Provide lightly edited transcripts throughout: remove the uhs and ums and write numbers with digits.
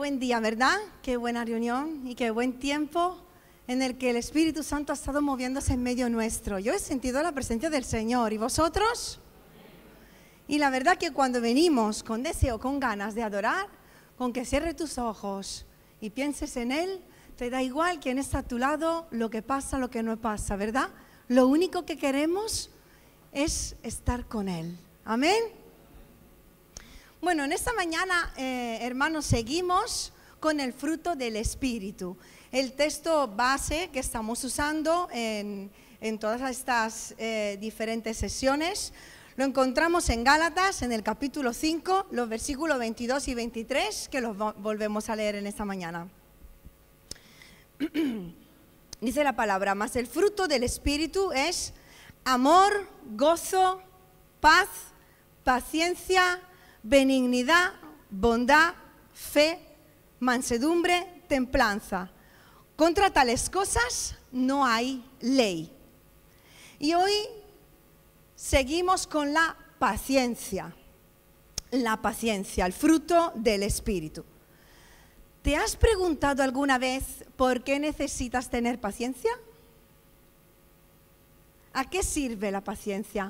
buen día, ¿verdad? Qué buena reunión y qué buen tiempo en el que el Espíritu Santo ha estado moviéndose en medio nuestro. Yo he sentido la presencia del Señor, ¿y vosotros? Y la verdad que cuando venimos con deseo, con ganas de adorar, con que cierres tus ojos y pienses en Él, te da igual quién está a tu lado, lo que pasa, lo que no pasa, ¿verdad? Lo único que queremos es estar con Él. Amén. Bueno, en esta mañana, hermanos, seguimos con el fruto del Espíritu. El texto base que estamos usando en todas estas diferentes sesiones lo encontramos en Gálatas, en el capítulo 5, los versículos 22 y 23, que los volvemos a leer en esta mañana. Dice la palabra: mas el fruto del Espíritu es amor, gozo, paz, paciencia, benignidad, bondad, fe, mansedumbre, templanza. Contra tales cosas no hay ley. Y hoy seguimos con la paciencia, el fruto del Espíritu. ¿Te has preguntado alguna vez por qué necesitas tener paciencia? ¿A qué sirve la paciencia?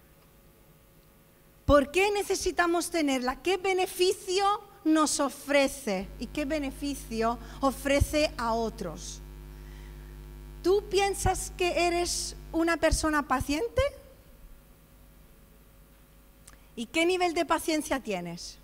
¿Por qué necesitamos tenerla? ¿Qué beneficio nos ofrece y qué beneficio ofrece a otros? ¿Tú piensas que eres una persona paciente? ¿Y qué nivel de paciencia tienes?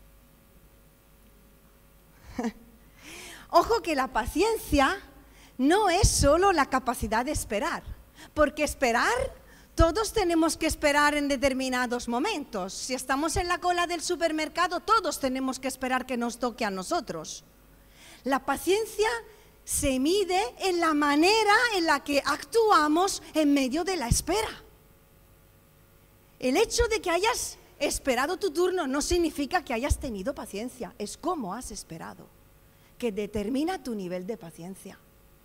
Ojo que la paciencia no es solo la capacidad de esperar, porque esperar, todos tenemos que esperar en determinados momentos. Si estamos en la cola del supermercado, todos tenemos que esperar que nos toque a nosotros. La paciencia se mide en la manera en la que actuamos en medio de la espera. El hecho de que hayas esperado tu turno no significa que hayas tenido paciencia, es cómo has esperado, que determina tu nivel de paciencia.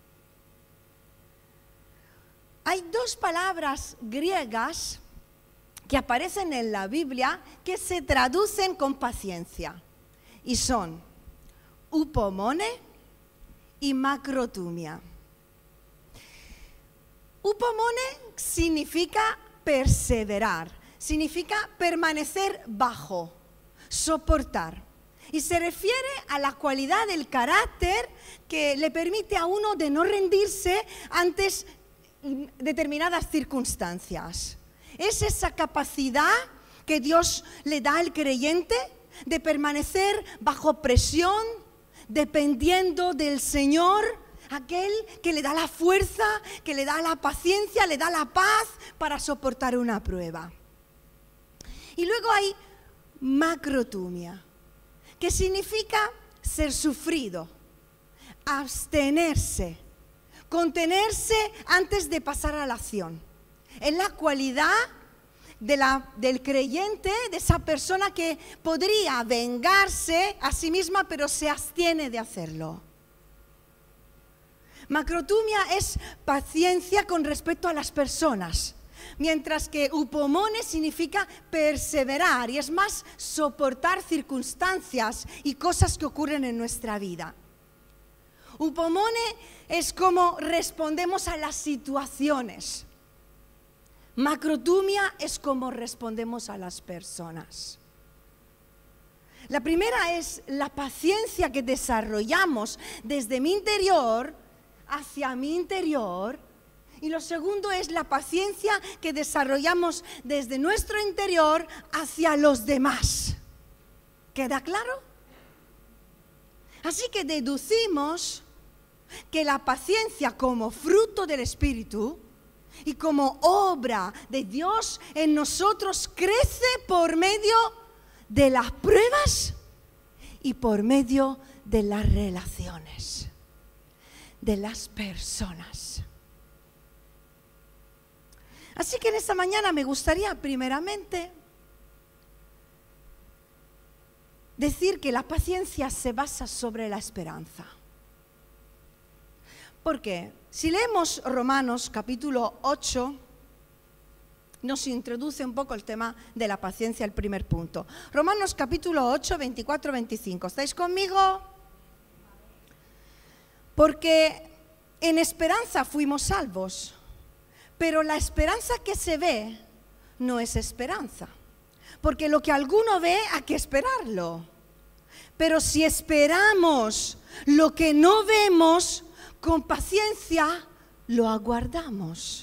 Hay dos palabras griegas que aparecen en la Biblia que se traducen con paciencia y son upomone y macrotumia. Upomone significa perseverar, significa permanecer bajo, soportar. Y se refiere a la cualidad del carácter que le permite a uno de no rendirse ante determinadas circunstancias. Es esa capacidad que Dios le da al creyente de permanecer bajo presión, dependiendo del Señor, aquel que le da la fuerza, que le da la paciencia, le da la paz para soportar una prueba. Y luego hay macrotumia, que significa ser sufrido, abstenerse, contenerse antes de pasar a la acción. Es la cualidad del creyente, de esa persona que podría vengarse a sí misma, pero se abstiene de hacerlo. Macrotumia es paciencia con respecto a las personas, mientras que upomone significa perseverar y es más soportar circunstancias y cosas que ocurren en nuestra vida. Upomone es como respondemos a las situaciones. Macrotumia es como respondemos a las personas. La primera es la paciencia que desarrollamos desde mi interior hacia mi interior. Y lo segundo es la paciencia que desarrollamos desde nuestro interior hacia los demás. ¿Queda claro? Así que deducimos que la paciencia como fruto del Espíritu y como obra de Dios en nosotros crece por medio de las pruebas y por medio de las relaciones, de las personas. Así que en esta mañana me gustaría primeramente decir que la paciencia se basa sobre la esperanza. Porque si leemos Romanos capítulo 8, nos introduce un poco el tema de la paciencia, el primer punto. Romanos capítulo 8, 24, 25. ¿Estáis conmigo? Porque en esperanza fuimos salvos, pero la esperanza que se ve no es esperanza. Porque lo que alguno ve hay que esperarlo. Pero si esperamos lo que no vemos, con paciencia lo aguardamos.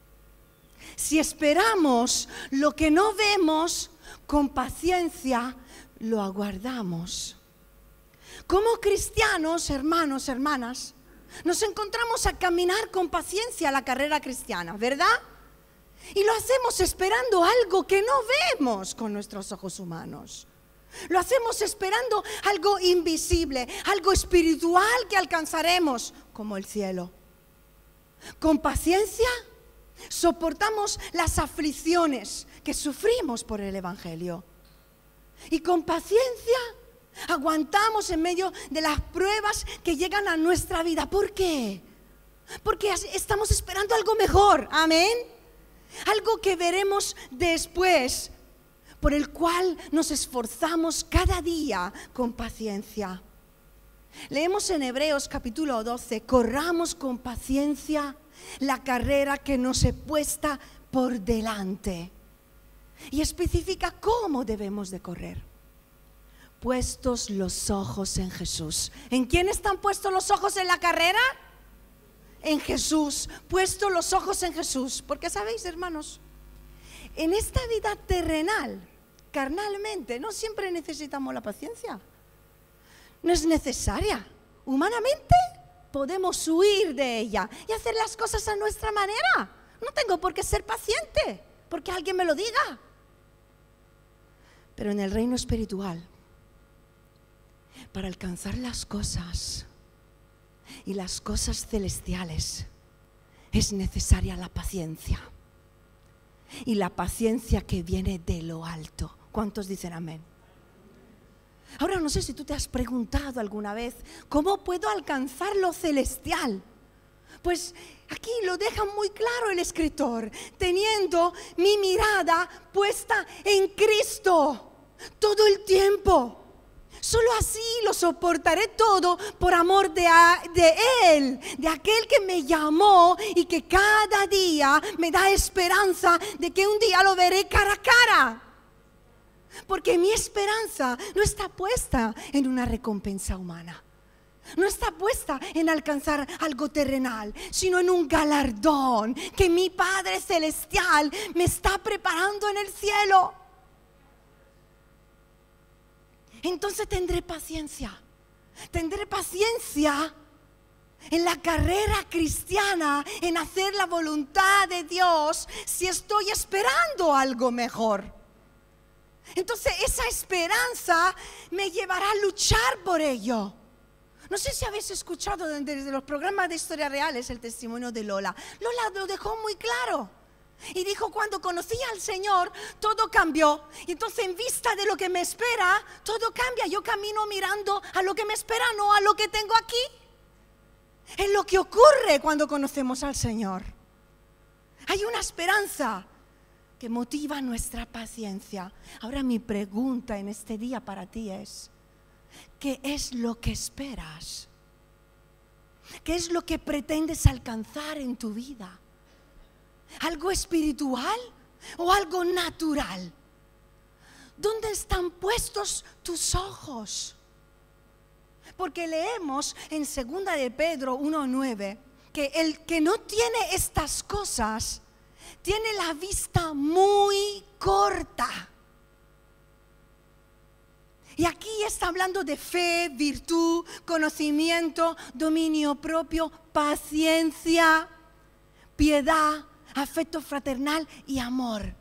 Si esperamos lo que no vemos, con paciencia lo aguardamos. Como cristianos, hermanos, hermanas, nos encontramos a caminar con paciencia la carrera cristiana, ¿verdad? Y lo hacemos esperando algo que no vemos con nuestros ojos humanos. Lo hacemos esperando algo invisible, algo espiritual que alcanzaremos, como el cielo. Con paciencia soportamos las aflicciones que sufrimos por el Evangelio. Y con paciencia aguantamos en medio de las pruebas que llegan a nuestra vida. ¿Por qué? Porque estamos esperando algo mejor. Amén. Algo que veremos después, por el cual nos esforzamos cada día con paciencia. Leemos en Hebreos capítulo 12, corramos con paciencia la carrera que nos es puesta por delante. Y especifica cómo debemos de correr. Puestos los ojos en Jesús. ¿En quién están puestos los ojos en la carrera? En Jesús. Puestos los ojos en Jesús. Porque sabéis, hermanos, en esta vida terrenal, carnalmente, no siempre necesitamos la paciencia. No es necesaria. Humanamente podemos huir de ella y hacer las cosas a nuestra manera. No tengo por qué ser paciente porque alguien me lo diga. Pero en el reino espiritual, para alcanzar las cosas y las cosas celestiales, es necesaria la paciencia. Y la paciencia que viene de lo alto. ¿Cuántos dicen amén? Ahora no sé si tú te has preguntado alguna vez, ¿cómo puedo alcanzar lo celestial? Pues aquí lo deja muy claro el escritor, teniendo mi mirada puesta en Cristo todo el tiempo. Solo así lo soportaré todo por amor de Él, de aquel que me llamó y que cada día me da esperanza de que un día lo veré cara a cara. Porque mi esperanza no está puesta en una recompensa humana. No está puesta en alcanzar algo terrenal, sino en un galardón que mi Padre Celestial me está preparando en el cielo. Entonces tendré paciencia en la carrera cristiana, en hacer la voluntad de Dios, si estoy esperando algo mejor. Entonces esa esperanza me llevará a luchar por ello. No sé si habéis escuchado desde los programas de historias reales el testimonio de Lola. Lola lo dejó muy claro. Y dijo, cuando conocí al Señor, todo cambió. Y entonces en vista de lo que me espera, todo cambia. Yo camino mirando a lo que me espera, no a lo que tengo aquí. Es lo que ocurre cuando conocemos al Señor. Hay una esperanza que motiva nuestra paciencia. Ahora mi pregunta en este día para ti es, ¿qué es lo que esperas? ¿Qué es lo que pretendes alcanzar en tu vida? ¿Algo espiritual o algo natural? ¿Dónde están puestos tus ojos? Porque leemos en 2 de Pedro 1:9 que el que no tiene estas cosas tiene la vista muy corta. Y aquí está hablando de fe, virtud, conocimiento, dominio propio, paciencia, piedad, afecto fraternal y amor.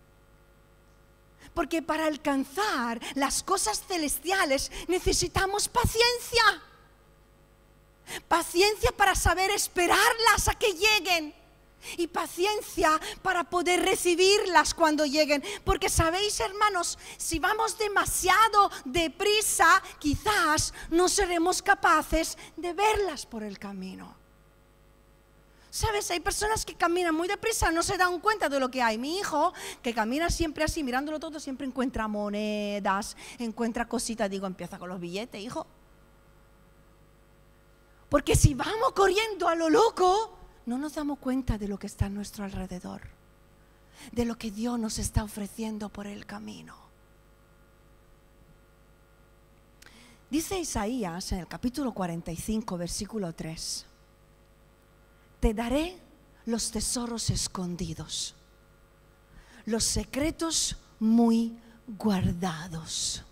Porque para alcanzar las cosas celestiales necesitamos paciencia. Paciencia para saber esperarlas a que lleguen. Y paciencia para poder recibirlas cuando lleguen. Porque sabéis, hermanos, si vamos demasiado deprisa, quizás no seremos capaces de verlas por el camino. ¿Sabes? Hay personas que caminan muy deprisa, no se dan cuenta de lo que hay. Mi hijo, que camina siempre así, mirándolo todo, siempre encuentra monedas, encuentra cositas. Digo, empieza con los billetes, hijo. Porque si vamos corriendo a lo loco, no nos damos cuenta de lo que está a nuestro alrededor, de lo que Dios nos está ofreciendo por el camino. Dice Isaías en el capítulo 45, versículo 3: te daré los tesoros escondidos, los secretos muy guardados.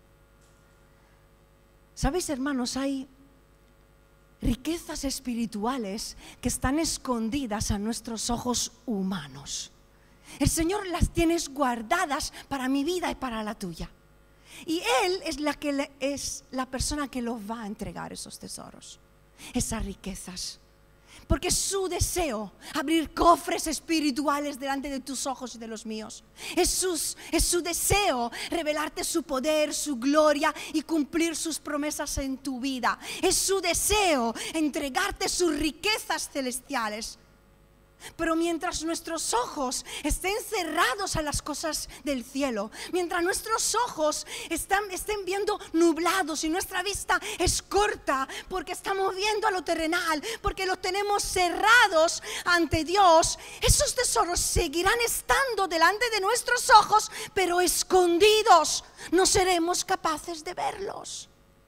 ¿Sabéis, hermanos? Hay riquezas espirituales que están escondidas a nuestros ojos humanos. El Señor las tiene guardadas para mi vida y para la tuya. Y Él es la persona que los va a entregar esos tesoros, esas riquezas. Porque es su deseo abrir cofres espirituales delante de tus ojos y de los míos. Es su deseo revelarte su poder, su gloria y cumplir sus promesas en tu vida. Es su deseo entregarte sus riquezas celestiales. Pero mientras nuestros ojos estén cerrados a las cosas del cielo, mientras nuestros ojos estén viendo nublados y nuestra vista es corta porque estamos viendo a lo terrenal, porque los tenemos cerrados ante Dios, esos tesoros seguirán estando delante de nuestros ojos, pero escondidos. No seremos capaces de verlos.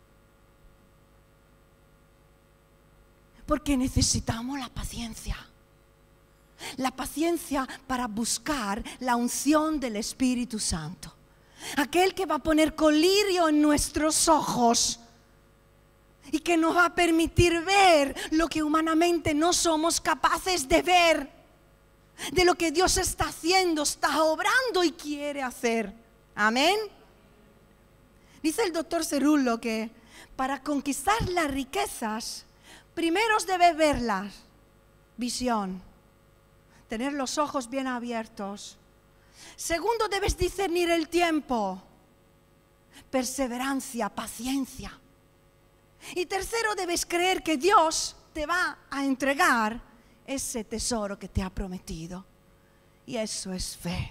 Porque necesitamos la paciencia. La paciencia para buscar la unción del Espíritu Santo. Aquel que va a poner colirio en nuestros ojos y que nos va a permitir ver lo que humanamente no somos capaces de ver. De lo que Dios está haciendo, está obrando y quiere hacer. Amén. Dice el doctor Cerullo que para conquistar las riquezas, primero debes verlas, visión. Tener los ojos bien abiertos. Segundo, debes discernir el tiempo, perseverancia, paciencia. Y tercero, debes creer que Dios te va a entregar ese tesoro que te ha prometido. Y eso es fe.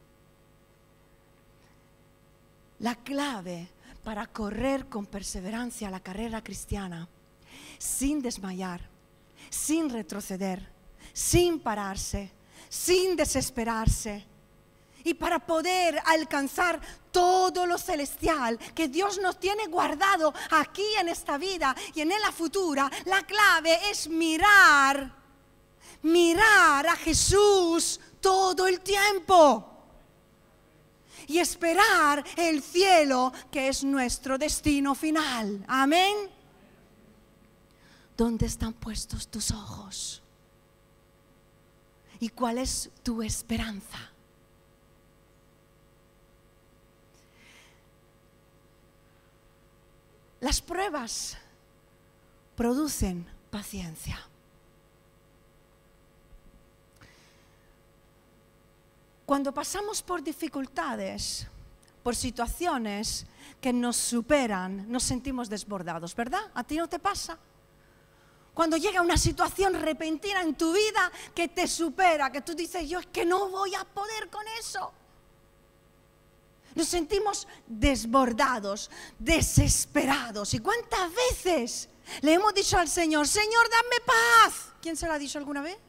La clave para correr con perseverancia la carrera cristiana, sin desmayar, sin retroceder, sin pararse, sin desesperarse, y para poder alcanzar todo lo celestial que Dios nos tiene guardado aquí en esta vida y en la futura, la clave es mirar a Jesús todo el tiempo y esperar el cielo, que es nuestro destino final. Amén. ¿Dónde están puestos tus ojos? ¿Y cuál es tu esperanza? Las pruebas producen paciencia. Cuando pasamos por dificultades, por situaciones que nos superan, nos sentimos desbordados, ¿verdad? ¿A ti no te pasa? Cuando llega una situación repentina en tu vida que te supera, que tú dices, yo es que no voy a poder con eso. Nos sentimos desbordados, desesperados. ¿Y cuántas veces le hemos dicho al Señor, Señor, dame paz? ¿Quién se lo ha dicho alguna vez?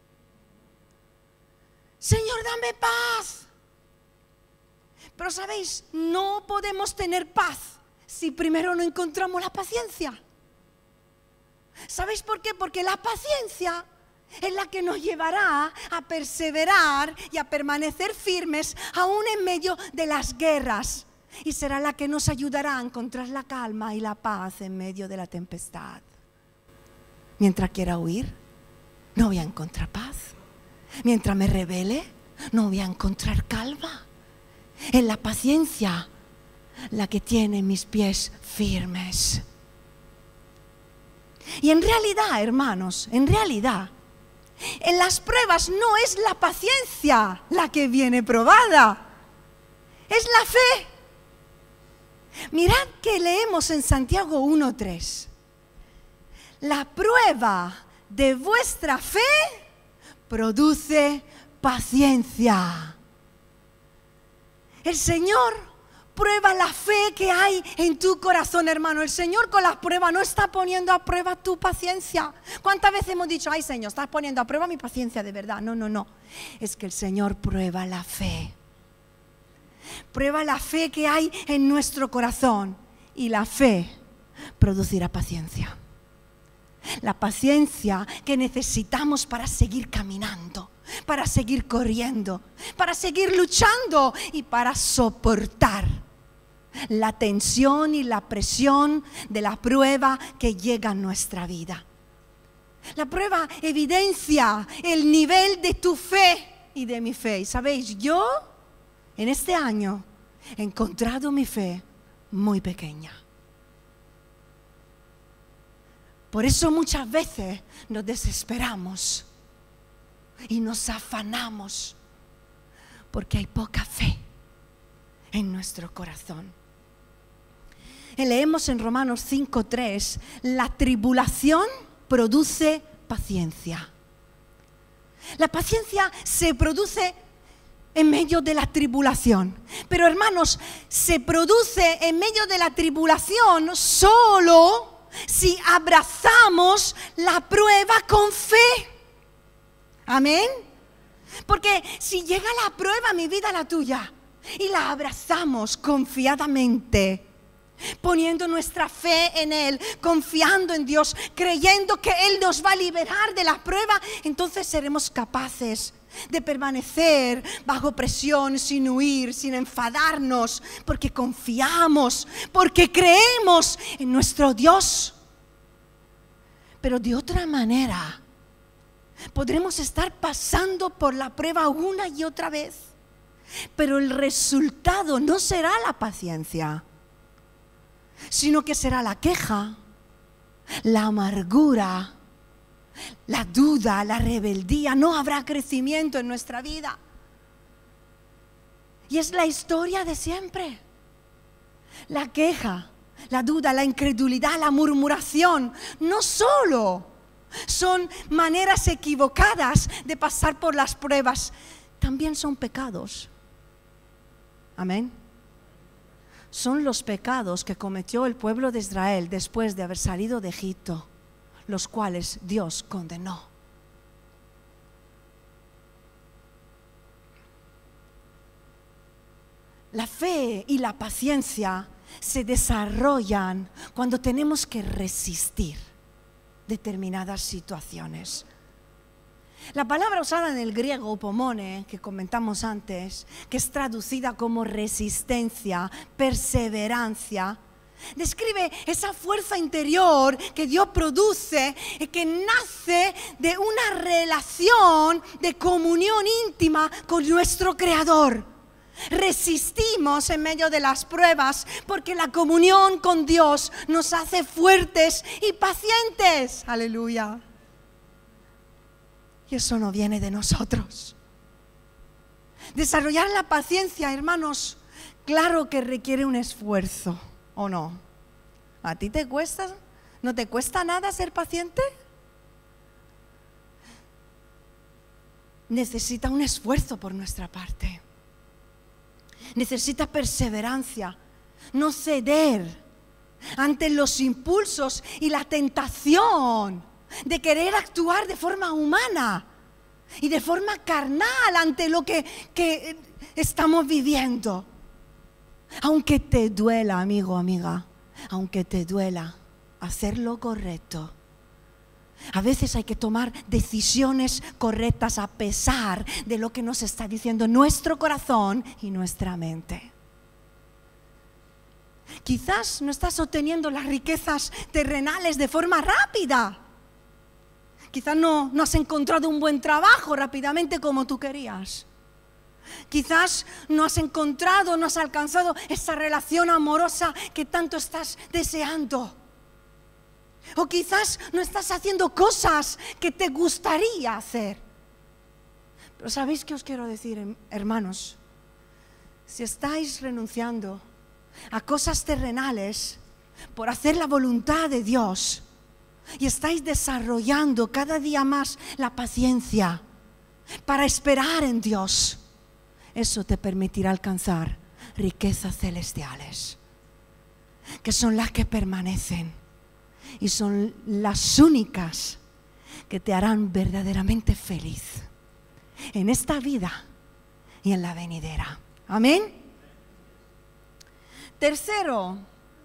Señor, dame paz. Pero sabéis, no podemos tener paz si primero no encontramos la paciencia. ¿Sabéis por qué? Porque la paciencia es la que nos llevará a perseverar y a permanecer firmes aún en medio de las guerras. Y será la que nos ayudará a encontrar la calma y la paz en medio de la tempestad. Mientras quiera huir, no voy a encontrar paz. Mientras me rebele, no voy a encontrar calma. Es la paciencia la que tiene mis pies firmes. Y en realidad, hermanos, en las pruebas no es la paciencia la que viene probada, es la fe. Mirad que leemos en Santiago 1:3. La prueba de vuestra fe produce paciencia. El Señor Prueba la fe que hay en tu corazón, hermano. El Señor con las pruebas no está poniendo a prueba tu paciencia. ¿Cuántas veces hemos dicho, ay Señor, estás poniendo a prueba mi paciencia de verdad? No, no, no. Es que el Señor prueba la fe. Prueba la fe que hay en nuestro corazón. Y la fe producirá paciencia. La paciencia que necesitamos para seguir caminando, para seguir corriendo, para seguir luchando y para soportar la tensión y la presión de la prueba que llega a nuestra vida. La prueba evidencia el nivel de tu fe y de mi fe. Y sabéis, yo en este año he encontrado mi fe muy pequeña. Por eso muchas veces nos desesperamos y nos afanamos porque hay poca fe en nuestro corazón. Leemos en Romanos 5:3, la tribulación produce paciencia. La paciencia se produce en medio de la tribulación. Pero hermanos, se produce en medio de la tribulación solo si abrazamos la prueba con fe. Amén. Porque si llega la prueba, mi vida, la tuya, y la abrazamos confiadamente, poniendo nuestra fe en Él, confiando en Dios, creyendo que Él nos va a liberar de la prueba, entonces seremos capaces de permanecer bajo presión, sin huir, sin enfadarnos, porque confiamos, porque creemos en nuestro Dios. Pero de otra manera, podremos estar pasando por la prueba una y otra vez, pero el resultado no será la paciencia, sino que será la queja, la amargura, la duda, la rebeldía. No habrá crecimiento en nuestra vida. Y es la historia de siempre. La queja, la duda, la incredulidad, la murmuración, no solo son maneras equivocadas de pasar por las pruebas, también son pecados. Amén. Son los pecados que cometió el pueblo de Israel después de haber salido de Egipto, los cuales Dios condenó. La fe y la paciencia se desarrollan cuando tenemos que resistir determinadas situaciones. La palabra usada en el griego, upomone, que comentamos antes, que es traducida como resistencia, perseverancia, describe esa fuerza interior que Dios produce y que nace de una relación de comunión íntima con nuestro Creador. Resistimos en medio de las pruebas porque la comunión con Dios nos hace fuertes y pacientes. Aleluya. Y eso no viene de nosotros. Desarrollar la paciencia, hermanos, claro que requiere un esfuerzo, ¿o no? ¿A ti te cuesta? ¿No te cuesta nada ser paciente? Necesita un esfuerzo por nuestra parte. Necesita perseverancia, no ceder ante los impulsos y la tentación de querer actuar de forma humana y de forma carnal ante lo que estamos viviendo. Aunque te duela, amigo, amiga, aunque te duela hacer lo correcto, a veces hay que tomar decisiones correctas a pesar de lo que nos está diciendo nuestro corazón y nuestra mente. Quizás no estás obteniendo las riquezas terrenales de forma rápida. Quizás no has encontrado un buen trabajo rápidamente como tú querías. Quizás no has encontrado, no has alcanzado esa relación amorosa que tanto estás deseando. O quizás no estás haciendo cosas que te gustaría hacer. Pero ¿sabéis qué os quiero decir, hermanos? Si estáis renunciando a cosas terrenales por hacer la voluntad de Dios y estáis desarrollando cada día más la paciencia para esperar en Dios, eso te permitirá alcanzar riquezas celestiales, que son las que permanecen y son las únicas que te harán verdaderamente feliz en esta vida y en la venidera. Amén. Tercero,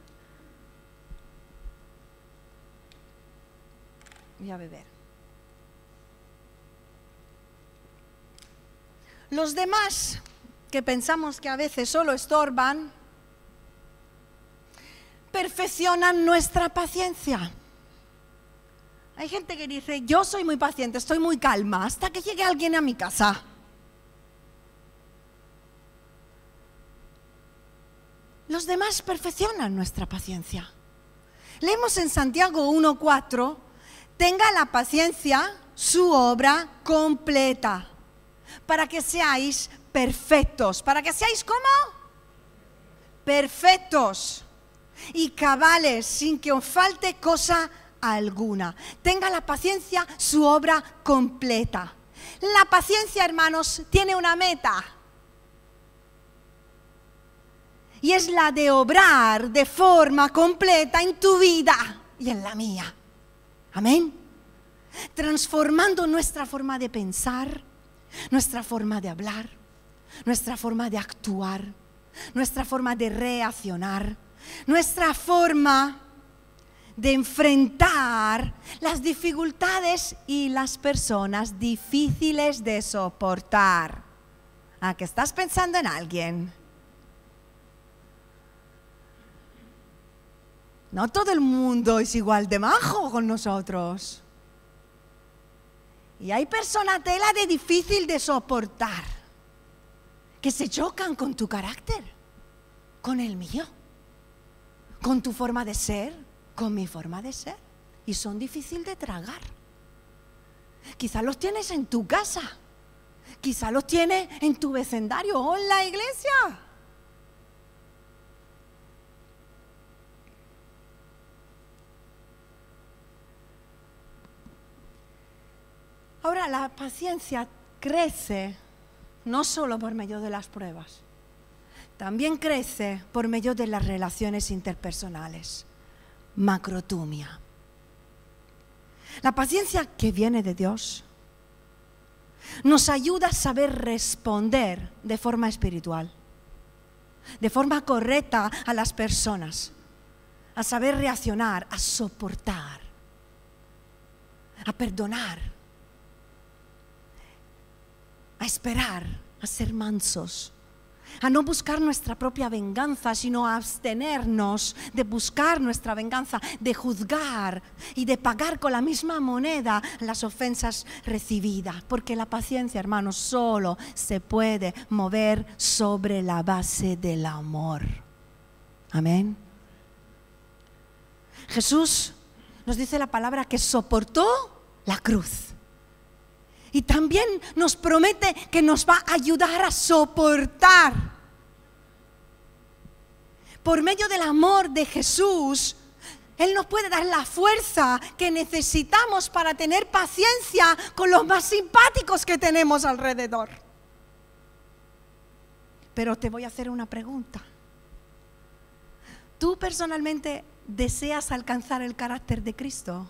voy a beber. Los demás, que pensamos que a veces solo estorban, perfeccionan nuestra paciencia. Hay gente que dice, yo soy muy paciente, estoy muy calma, hasta que llegue alguien a mi casa. Los demás perfeccionan nuestra paciencia. Leemos en Santiago 1:4, tenga la paciencia su obra completa, para que seáis perfectos. ¿Para que seáis cómo? Perfectos y cabales, sin que os falte cosa alguna. Tenga la paciencia su obra completa. La paciencia, hermanos, tiene una meta. Y es la de obrar de forma completa en tu vida y en la mía. Amén. Transformando nuestra forma de pensar, nuestra forma de hablar, nuestra forma de actuar, nuestra forma de reaccionar, nuestra forma de enfrentar las dificultades y las personas difíciles de soportar. ¿A qué estás pensando en alguien? No todo el mundo es igual de majo con nosotros. Y hay personas tela de difícil de soportar, que se chocan con tu carácter, con el mío, con tu forma de ser, con mi forma de ser. Y son difíciles de tragar. Quizás los tienes en tu casa, quizás los tienes en tu vecindario o en la iglesia. Ahora, la paciencia crece no solo por medio de las pruebas, también crece por medio de las relaciones interpersonales. Macrotumia. La paciencia que viene de Dios nos ayuda a saber responder de forma espiritual, de forma correcta a las personas, a saber reaccionar, a soportar, a perdonar, a esperar, a ser mansos, a no buscar nuestra propia venganza, sino a abstenernos de buscar nuestra venganza, de juzgar y de pagar con la misma moneda las ofensas recibidas. Porque la paciencia, hermanos, solo se puede mover sobre la base del amor. Amén. Jesús nos dice la palabra que soportó la cruz. Y también nos promete que nos va a ayudar a soportar. Por medio del amor de Jesús, Él nos puede dar la fuerza que necesitamos para tener paciencia con los más simpáticos que tenemos alrededor. Pero te voy a hacer una pregunta. ¿Tú personalmente deseas alcanzar el carácter de Cristo?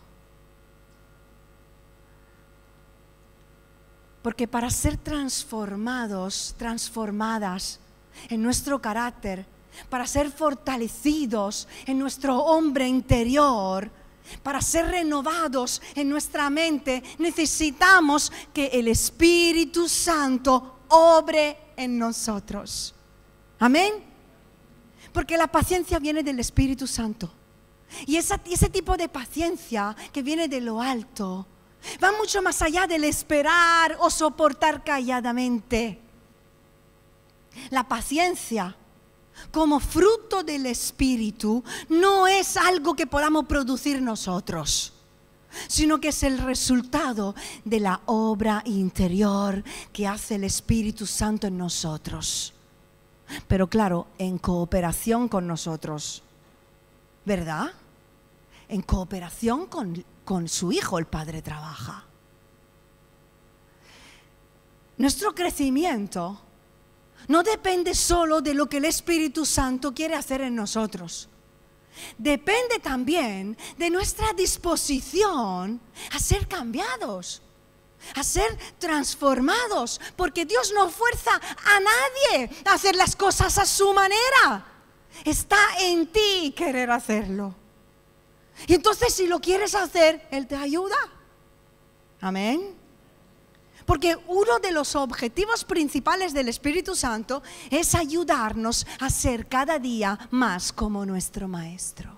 Porque para ser transformadas en nuestro carácter, para ser fortalecidos en nuestro hombre interior, para ser renovados en nuestra mente, necesitamos que el Espíritu Santo obre en nosotros. Amén. Porque la paciencia viene del Espíritu Santo. Y ese tipo de paciencia que viene de lo alto va mucho más allá del esperar o soportar calladamente. La paciencia, como fruto del Espíritu, no es algo que podamos producir nosotros, sino que es el resultado de la obra interior que hace el Espíritu Santo en nosotros. Pero claro, en cooperación con nosotros, ¿verdad? En cooperación con su Hijo el Padre trabaja. Nuestro crecimiento no depende solo de lo que el Espíritu Santo quiere hacer en nosotros. Depende también de nuestra disposición a ser cambiados, a ser transformados, porque Dios no fuerza a nadie a hacer las cosas a su manera. Está en ti querer hacerlo. Y entonces si lo quieres hacer, Él te ayuda. Amén. Porque uno de los objetivos principales del Espíritu Santo es ayudarnos a ser cada día más como nuestro Maestro.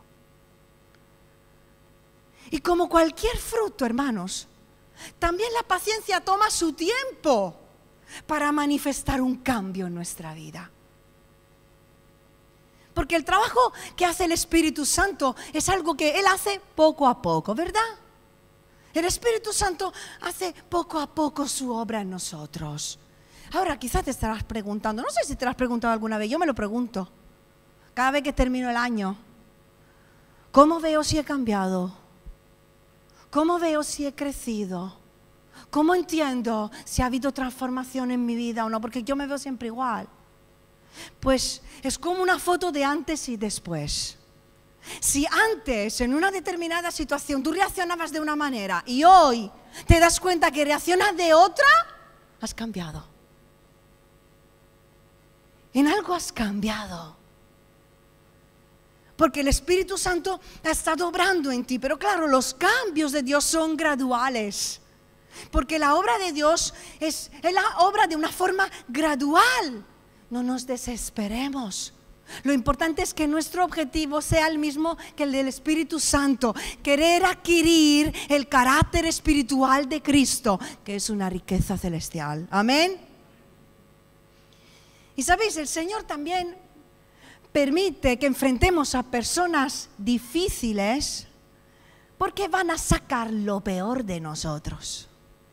Y como cualquier fruto, hermanos, también la paciencia toma su tiempo para manifestar un cambio en nuestra vida. Porque el trabajo que hace el Espíritu Santo es algo que Él hace poco a poco, ¿verdad? El Espíritu Santo hace poco a poco su obra en nosotros. Ahora quizás te estarás preguntando, no sé si te lo has preguntado alguna vez, yo me lo pregunto. Cada vez que termino el año, ¿cómo veo si he cambiado? ¿Cómo veo si he crecido? ¿Cómo entiendo si ha habido transformación en mi vida o no? Porque yo me veo siempre igual. Pues es como una foto de antes y después. Si antes en una determinada situación tú reaccionabas de una manera y hoy te das cuenta que reaccionas de otra, has cambiado. En algo has cambiado. Porque el Espíritu Santo ha estado obrando en ti. Pero claro, los cambios de Dios son graduales. Porque la obra de Dios es la obra de una forma gradual. No nos desesperemos. Lo importante es que nuestro objetivo sea el mismo que el del Espíritu Santo. Querer adquirir el carácter espiritual de Cristo, que es una riqueza celestial. Amén. Y sabéis, el Señor también permite que enfrentemos a personas difíciles porque van a sacar lo peor de nosotros.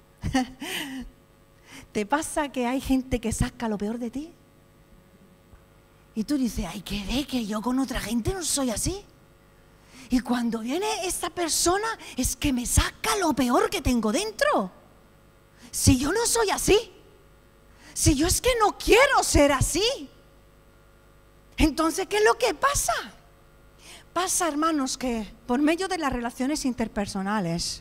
¿Te pasa que hay gente que saca lo peor de ti? Y tú dices, ay, ¿qué ve que yo con otra gente no soy así? Y cuando viene esta persona es que me saca lo peor que tengo dentro. Si yo no soy así, si yo es que no quiero ser así, entonces, ¿qué es lo que pasa? Pasa, hermanos, que por medio de las relaciones interpersonales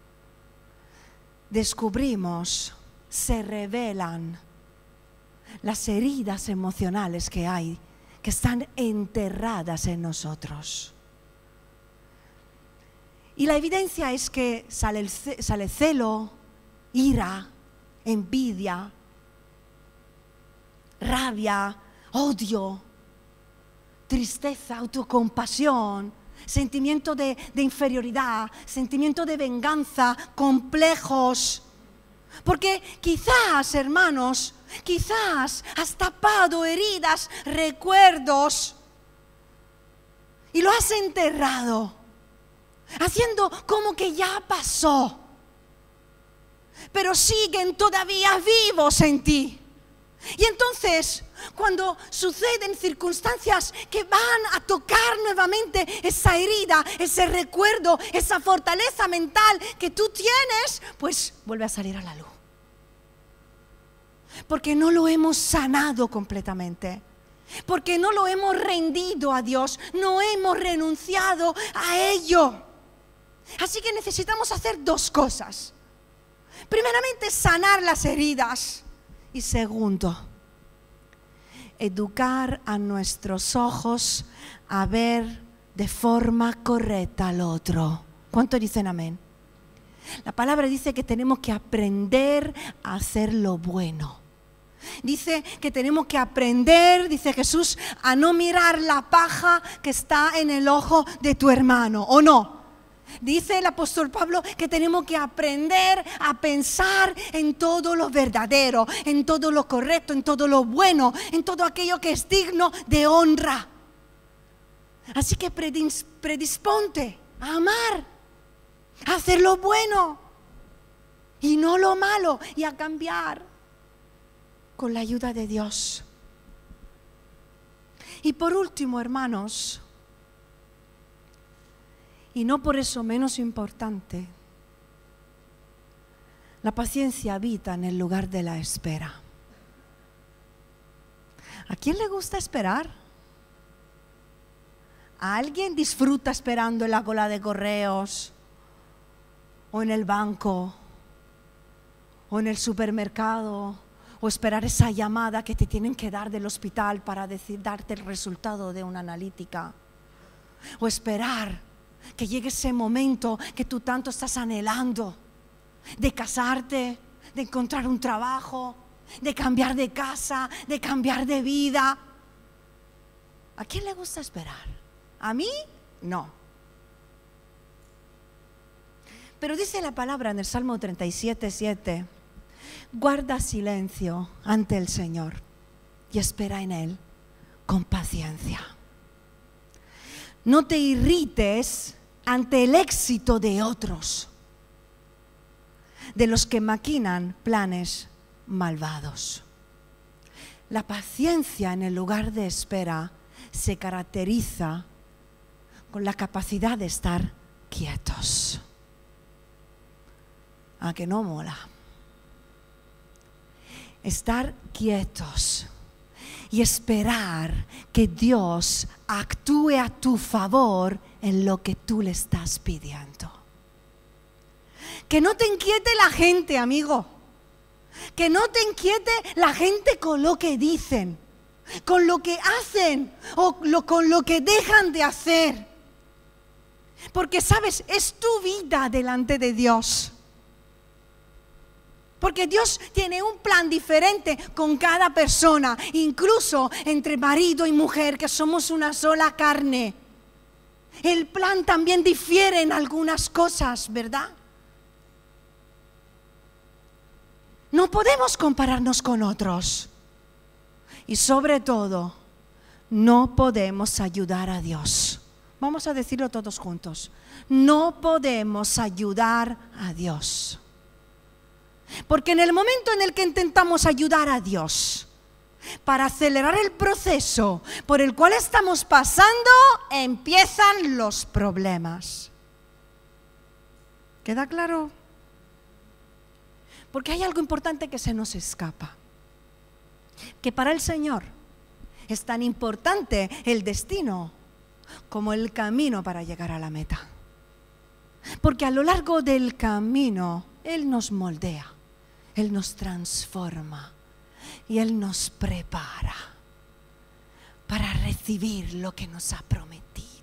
descubrimos, se revelan las heridas emocionales que hay, que están enterradas en nosotros. Y la evidencia es que sale celo, ira, envidia, rabia, odio, tristeza, autocompasión, sentimiento de inferioridad, sentimiento de venganza, complejos. Porque quizás, hermanos, quizás has tapado heridas, recuerdos y lo has enterrado, haciendo como que ya pasó, pero siguen todavía vivos en ti. Y entonces, cuando suceden circunstancias que van a tocar nuevamente esa herida, ese recuerdo, esa fortaleza mental que tú tienes, pues vuelve a salir a la luz. Porque no lo hemos sanado completamente. Porque no lo hemos rendido a Dios, no hemos renunciado a ello. Así que necesitamos hacer dos cosas. Primeramente, sanar las heridas. Y segundo, educar a nuestros ojos a ver de forma correcta al otro. ¿Cuántos dicen amén? La palabra dice que tenemos que aprender a hacer lo bueno. Dice que tenemos que aprender, dice Jesús, a no mirar la paja que está en el ojo de tu hermano, ¿o no? Dice el apóstol Pablo que tenemos que aprender a pensar en todo lo verdadero, en todo lo correcto, en todo lo bueno, en todo aquello que es digno de honra. Así que predisponte a amar, a hacer lo bueno y no lo malo, y a cambiar con la ayuda de Dios. Y por último, hermanos, y no por eso menos importante, la paciencia habita en el lugar de la espera. ¿A quién le gusta esperar? ¿A alguien disfruta esperando en la cola de correos? ¿O en el banco? ¿O en el supermercado? ¿O esperar esa llamada que te tienen que dar del hospital para darte el resultado de una analítica? ¿O esperar que llegue ese momento que tú tanto estás anhelando, de casarte, de encontrar un trabajo, de cambiar de casa, de cambiar de vida? ¿A quién le gusta esperar? ¿A mí? No. Pero dice la palabra en el Salmo 37:7: guarda silencio ante el Señor y espera en Él con paciencia. No te irrites ante el éxito de otros, de los que maquinan planes malvados. La paciencia en el lugar de espera se caracteriza con la capacidad de estar quietos. ¿A que no mola? Estar quietos y esperar que Dios actúe a tu favor en lo que tú le estás pidiendo. Que no te inquiete la gente, amigo. Que no te inquiete la gente con lo que dicen, con lo que hacen o con lo que dejan de hacer. Porque sabes, es tu vida delante de Dios. Porque Dios tiene un plan diferente con cada persona, incluso entre marido y mujer, que somos una sola carne. El plan también difiere en algunas cosas, ¿verdad? No podemos compararnos con otros. Y sobre todo, no podemos ayudar a Dios. Vamos a decirlo todos juntos. No podemos ayudar a Dios. Porque en el momento en el que intentamos ayudar a Dios para acelerar el proceso por el cual estamos pasando, empiezan los problemas. ¿Queda claro? Porque hay algo importante que se nos escapa. Que para el Señor es tan importante el destino como el camino para llegar a la meta. Porque a lo largo del camino Él nos moldea, Él nos transforma y Él nos prepara para recibir lo que nos ha prometido.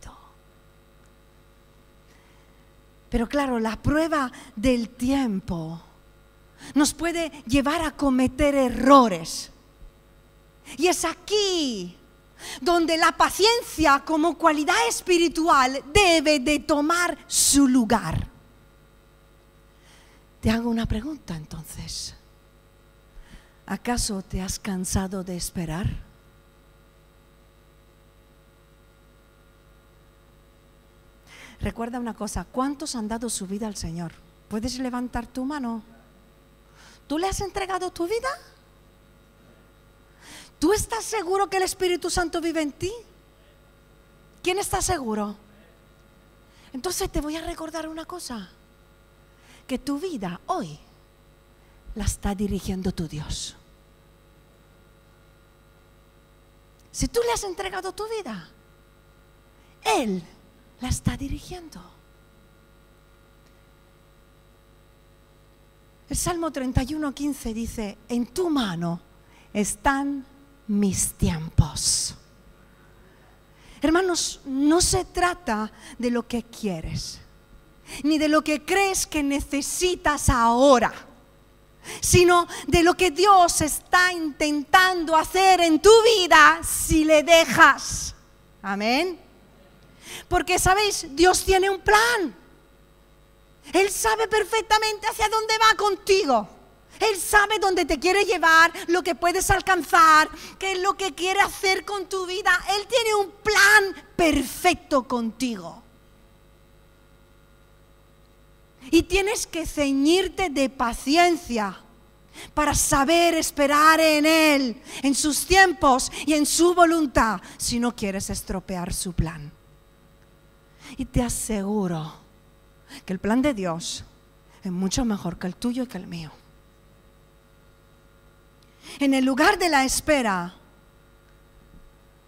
Pero claro, la prueba del tiempo nos puede llevar a cometer errores. Y es aquí donde la paciencia como cualidad espiritual debe de tomar su lugar. Te hago una pregunta entonces. ¿Acaso te has cansado de esperar? Recuerda una cosa, ¿cuántos han dado su vida al Señor? ¿Puedes levantar tu mano? ¿Tú le has entregado tu vida? ¿Tú estás seguro que el Espíritu Santo vive en ti? ¿Quién está seguro? Entonces te voy a recordar una cosa, que tu vida hoy la está dirigiendo tu Dios. Si tú le has entregado tu vida, Él la está dirigiendo. El Salmo 31:15 dice: en tu mano están mis tiempos. Hermanos, no se trata de lo que quieres, ni de lo que crees que necesitas ahora, sino de lo que Dios está intentando hacer en tu vida si le dejas. Amén. Porque sabéis, Dios tiene un plan. Él sabe perfectamente hacia dónde va contigo. Él sabe dónde te quiere llevar, lo que puedes alcanzar, qué es lo que quiere hacer con tu vida. Él tiene un plan perfecto contigo. Y tienes que ceñirte de paciencia para saber esperar en Él, en sus tiempos y en su voluntad, si no quieres estropear su plan. Y te aseguro que el plan de Dios es mucho mejor que el tuyo y que el mío. En el lugar de la espera,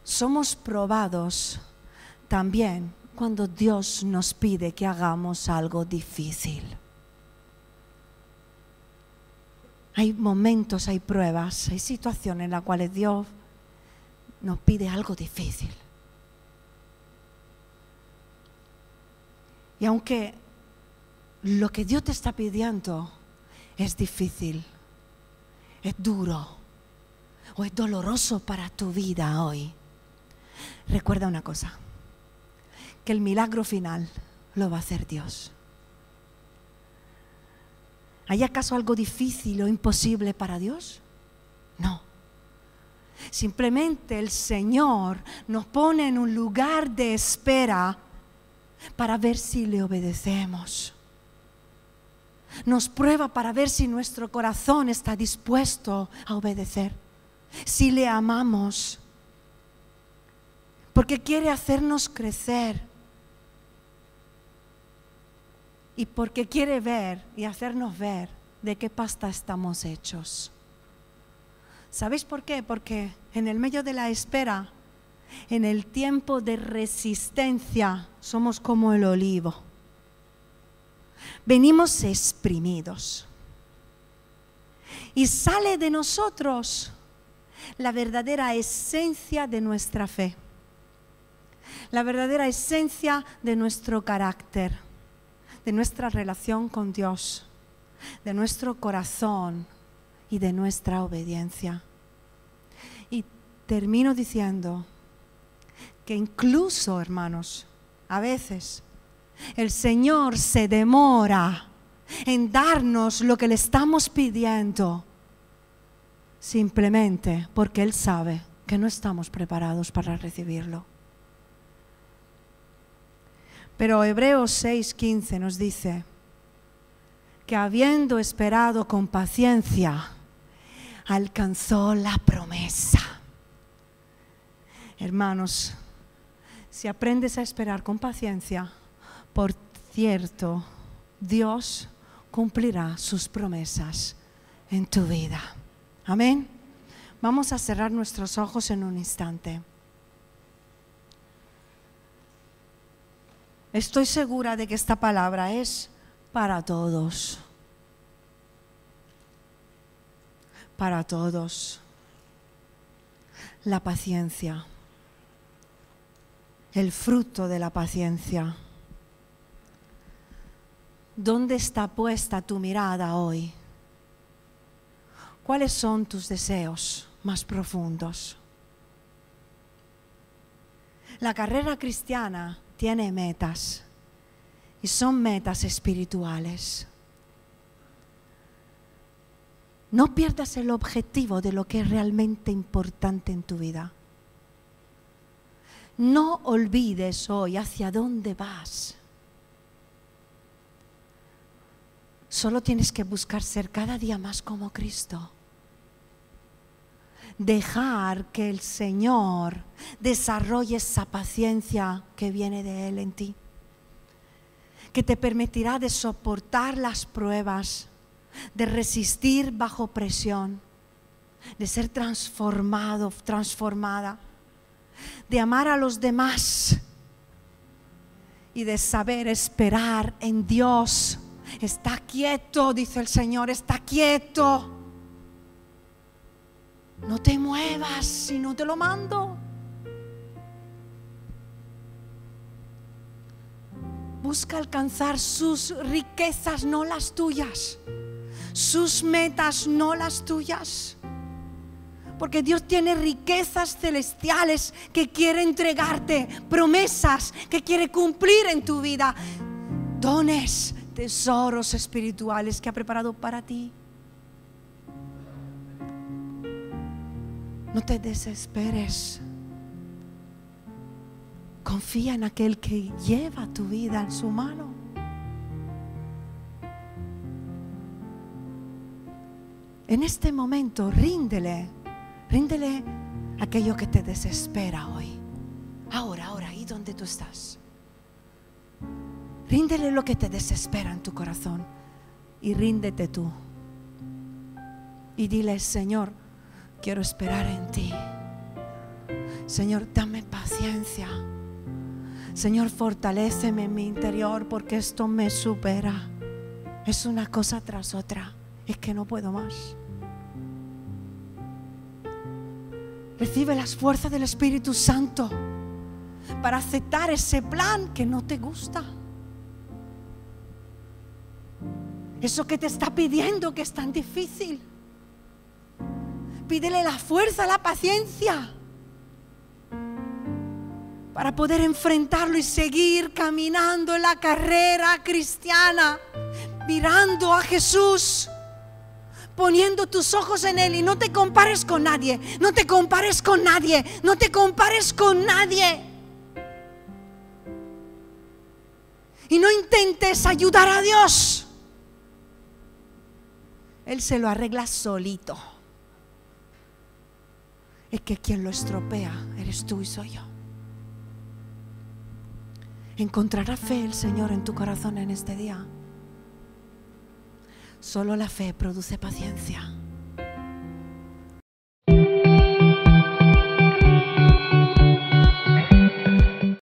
somos probados también cuando Dios nos pide que hagamos algo difícil. Hay momentos, hay pruebas, hay situaciones en las cuales Dios nos pide algo difícil. Y aunque lo que Dios te está pidiendo es difícil, es duro o es doloroso para tu vida hoy, recuerda una cosa, que el milagro final lo va a hacer Dios. ¿Hay acaso algo difícil o imposible para Dios? No. Simplemente el Señor nos pone en un lugar de espera para ver si le obedecemos. Nos prueba para ver si nuestro corazón está dispuesto a obedecer, si le amamos, porque quiere hacernos crecer y porque quiere ver y hacernos ver de qué pasta estamos hechos. ¿Sabéis por qué? Porque en el medio de la espera, en el tiempo de resistencia, somos como el olivo. Venimos exprimidos y sale de nosotros la verdadera esencia de nuestra fe, la verdadera esencia de nuestro carácter, de nuestra relación con Dios, de nuestro corazón y de nuestra obediencia. Y termino diciendo que incluso, hermanos, a veces el Señor se demora en darnos lo que le estamos pidiendo, simplemente porque Él sabe que no estamos preparados para recibirlo. Pero Hebreos 6:15 nos dice que habiendo esperado con paciencia, alcanzó la promesa. Hermanos, si aprendes a esperar con paciencia, por cierto, Dios cumplirá sus promesas en tu vida. Amén. Vamos a cerrar nuestros ojos en un instante. Estoy segura de que esta palabra es para todos. Para todos. La paciencia. El fruto de la paciencia. ¿Dónde está puesta tu mirada hoy? ¿Cuáles son tus deseos más profundos? La carrera cristiana tiene metas y son metas espirituales. No pierdas el objetivo de lo que es realmente importante en tu vida. No olvides hoy hacia dónde vas. Solo tienes que buscar ser cada día más como Cristo. Dejar que el Señor desarrolle esa paciencia que viene de Él en ti, que te permitirá de soportar las pruebas, de resistir bajo presión, de ser transformado, transformada, de amar a los demás y de saber esperar en Dios. Está quieto, dice el Señor, está quieto. No te muevas si no te lo mando. Busca alcanzar sus riquezas, no las tuyas. Sus metas, no las tuyas. Porque Dios tiene riquezas celestiales que quiere entregarte, promesas que quiere cumplir en tu vida, dones, tesoros espirituales que ha preparado para ti. No te desesperes. Confía en aquel que lleva tu vida en su mano. En este momento, ríndele aquello que te desespera hoy. Ahora, ahí donde tú estás. Ríndele lo que te desespera en tu corazón y ríndete tú. Y dile: Señor, quiero esperar en ti. Señor, dame paciencia. Señor, fortaléceme en mi interior porque esto me supera. Es una cosa tras otra. Es que no puedo más. Recibe las fuerzas del Espíritu Santo para aceptar ese plan que no te gusta. Eso que te está pidiendo que es tan difícil. Pídele la fuerza, la paciencia para poder enfrentarlo y seguir caminando en la carrera cristiana, mirando a Jesús, poniendo tus ojos en Él. Y no te compares con nadie, no te compares con nadie, no te compares con nadie. Y no intentes ayudar a Dios. Él se lo arregla solito. Es que quien lo estropea eres tú y soy yo. ¿Encontrará fe el Señor en tu corazón en este día? Solo la fe produce paciencia.